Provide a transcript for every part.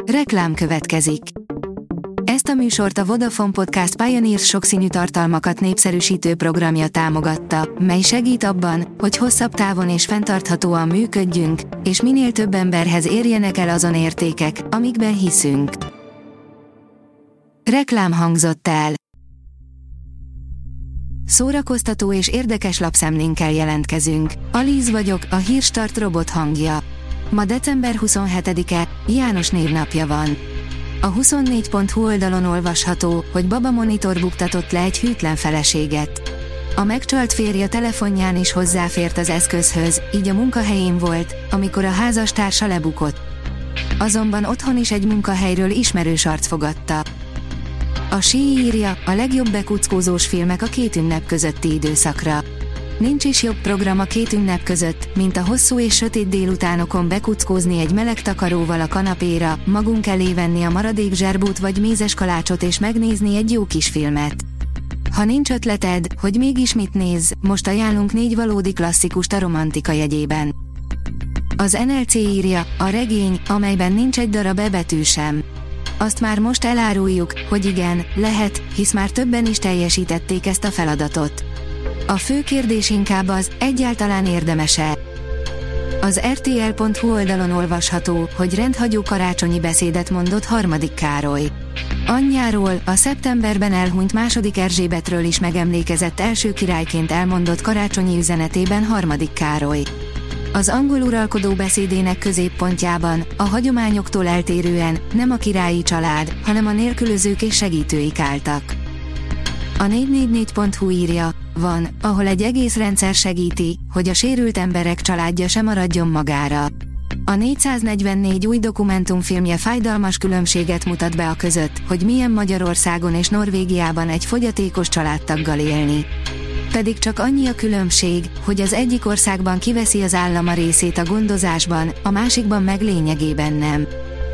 Reklám következik. Ezt a műsort a Vodafone Podcast Pioneers sokszínű tartalmakat népszerűsítő programja támogatta, mely segít abban, hogy hosszabb távon és fenntarthatóan működjünk, és minél több emberhez érjenek el azon értékek, amikben hiszünk. Reklám hangzott el. Szórakoztató és érdekes lapszemlénkkel jelentkezünk. Alíz vagyok, a Hírstart robot hangja. Ma december 27-e, János névnapja van. A 24.hu oldalon olvasható, hogy baba monitor buktatott le egy hűtlen feleséget. A megcsalt férje telefonján is hozzáfért az eszközhöz, így a munkahelyén volt, amikor a házastársa lebukott. Azonban otthon is egy munkahelyről ismerős arc fogadta. A SHE írja, a legjobb bekuckózós filmek a két ünnep közötti időszakra. Nincs is jobb program a két ünnep között, mint a hosszú és sötét délutánokon bekuckózni egy meleg takaróval a kanapéra, magunk elé venni a maradék zserbút vagy mézes kalácsot és megnézni egy jó kis filmet. Ha nincs ötleted, hogy mégis mit nézz, most ajánlunk 4 valódi klasszikust a romantika jegyében. Az NLC írja, a regény, amelyben nincs egy darab E betű sem. Azt már most eláruljuk, hogy igen, lehet, hisz már többen is teljesítették ezt a feladatot. A fő kérdés inkább az, egyáltalán érdemes-e? Az rtl.hu oldalon olvasható, hogy rendhagyó karácsonyi beszédet mondott Harmadik Károly. Anyjáról, a szeptemberben elhunyt II. Erzsébetről is megemlékezett első királyként elmondott karácsonyi üzenetében Harmadik Károly. Az angol uralkodó beszédének középpontjában, a hagyományoktól eltérően, nem a királyi család, hanem a nélkülözők és segítőik álltak. A 444.hu írja, van, ahol egy egész rendszer segíti, hogy a sérült emberek családja sem maradjon magára. A 444 új dokumentumfilmje fájdalmas különbséget mutat be a között, hogy milyen Magyarországon és Norvégiában egy fogyatékos családtaggal élni. Pedig csak annyi a különbség, hogy az egyik országban kiveszi az állam a részét a gondozásban, a másikban meg lényegében nem.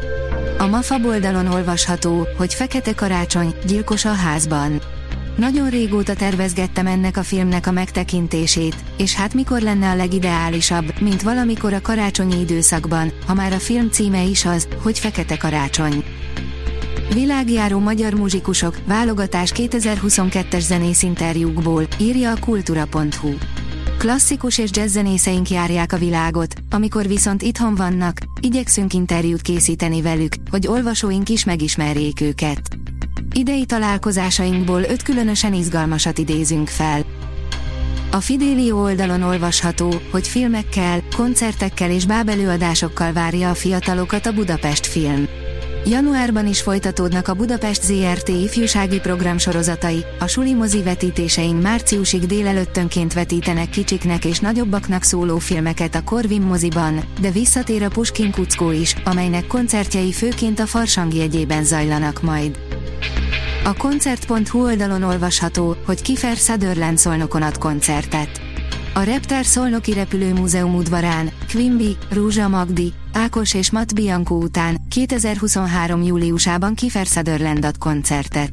A MAFA oldalon olvasható, hogy Fekete Karácsony, gyilkos a házban. Nagyon régóta tervezgettem ennek a filmnek a megtekintését, és hát mikor lenne a legideálisabb, mint valamikor a karácsonyi időszakban, ha már a film címe is az, hogy Fekete Karácsony. Világjáró magyar muzsikusok, válogatás 2022-es zenészinterjúkból, írja a kultura.hu. Klasszikus és jazz zenészeink járják a világot, amikor viszont itthon vannak, igyekszünk interjút készíteni velük, hogy olvasóink is megismerjék őket. Idei találkozásainkból 5 különösen izgalmasat idézünk fel. A Fidelio oldalon olvasható, hogy filmekkel, koncertekkel és bábelőadásokkal várja a fiatalokat a Budapest Film. Januárban is folytatódnak a Budapest ZRT ifjúsági programsorozatai, a Sulimozi vetítéseink márciusig délelőttönként vetítenek kicsiknek és nagyobbaknak szóló filmeket a Corvin moziban, de visszatér a Puskin Kuckó is, amelynek koncertjei főként a Farsang jegyében zajlanak majd. A koncert.hu oldalon olvasható, hogy Kiefer Sutherland Szolnokon ad koncertet. A Reptár Szolnoki Repülőmúzeum udvarán Quimby, Rúzsa Magdi, Ákos és Matt Bianco után 2023. júliusában Kiefer Sutherland ad koncertet.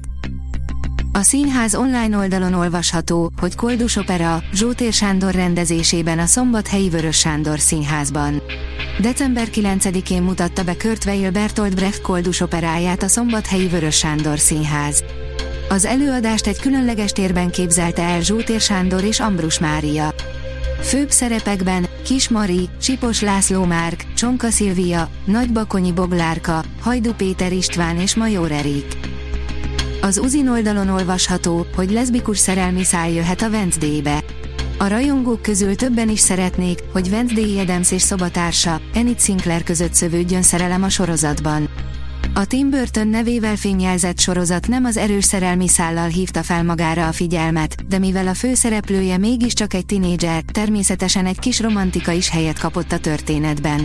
A színház online oldalon olvasható, hogy Koldus opera Zsótér Sándor rendezésében a Szombathelyi Vörös Sándor Színházban. December 9-én mutatta be Kurt Weill Bertolt Brecht Koldus operáját a Szombathelyi Vörös Sándor Színház. Az előadást egy különleges térben képzelte el Zsótér Sándor és Ambrus Mária. Főbb szerepekben Kis Mari, Sipos László Márk, Csonka Szilvia, Nagybakonyi Boglárka, Hajdú Péter István és Major Erik. Az Uzin oldalon olvasható, hogy leszbikus szerelmi szál jöhet a Wednesday-be. A rajongók közül többen is szeretnék, hogy Wednesday Addams és szobatársa, Enid Sinclair között szövődjön szerelem a sorozatban. A Tim Burton nevével fémjelzett sorozat nem az erős szerelmi szállal hívta fel magára a figyelmet, de mivel a főszereplője mégiscsak egy tinédzser, természetesen egy kis romantika is helyet kapott a történetben.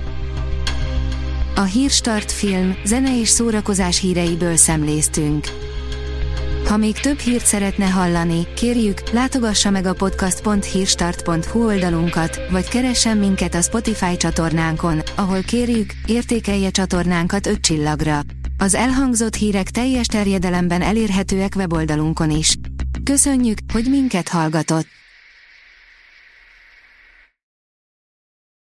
A Hírstart film, zene és szórakozás híreiből szemléztünk. Ha még több hírt szeretne hallani, kérjük, látogassa meg a podcast.hírstart.hu oldalunkat, vagy keressen minket a Spotify csatornánkon, ahol kérjük, értékelje csatornánkat 5 csillagra. Az elhangzott hírek teljes terjedelemben elérhetőek weboldalunkon is. Köszönjük, hogy minket hallgatott!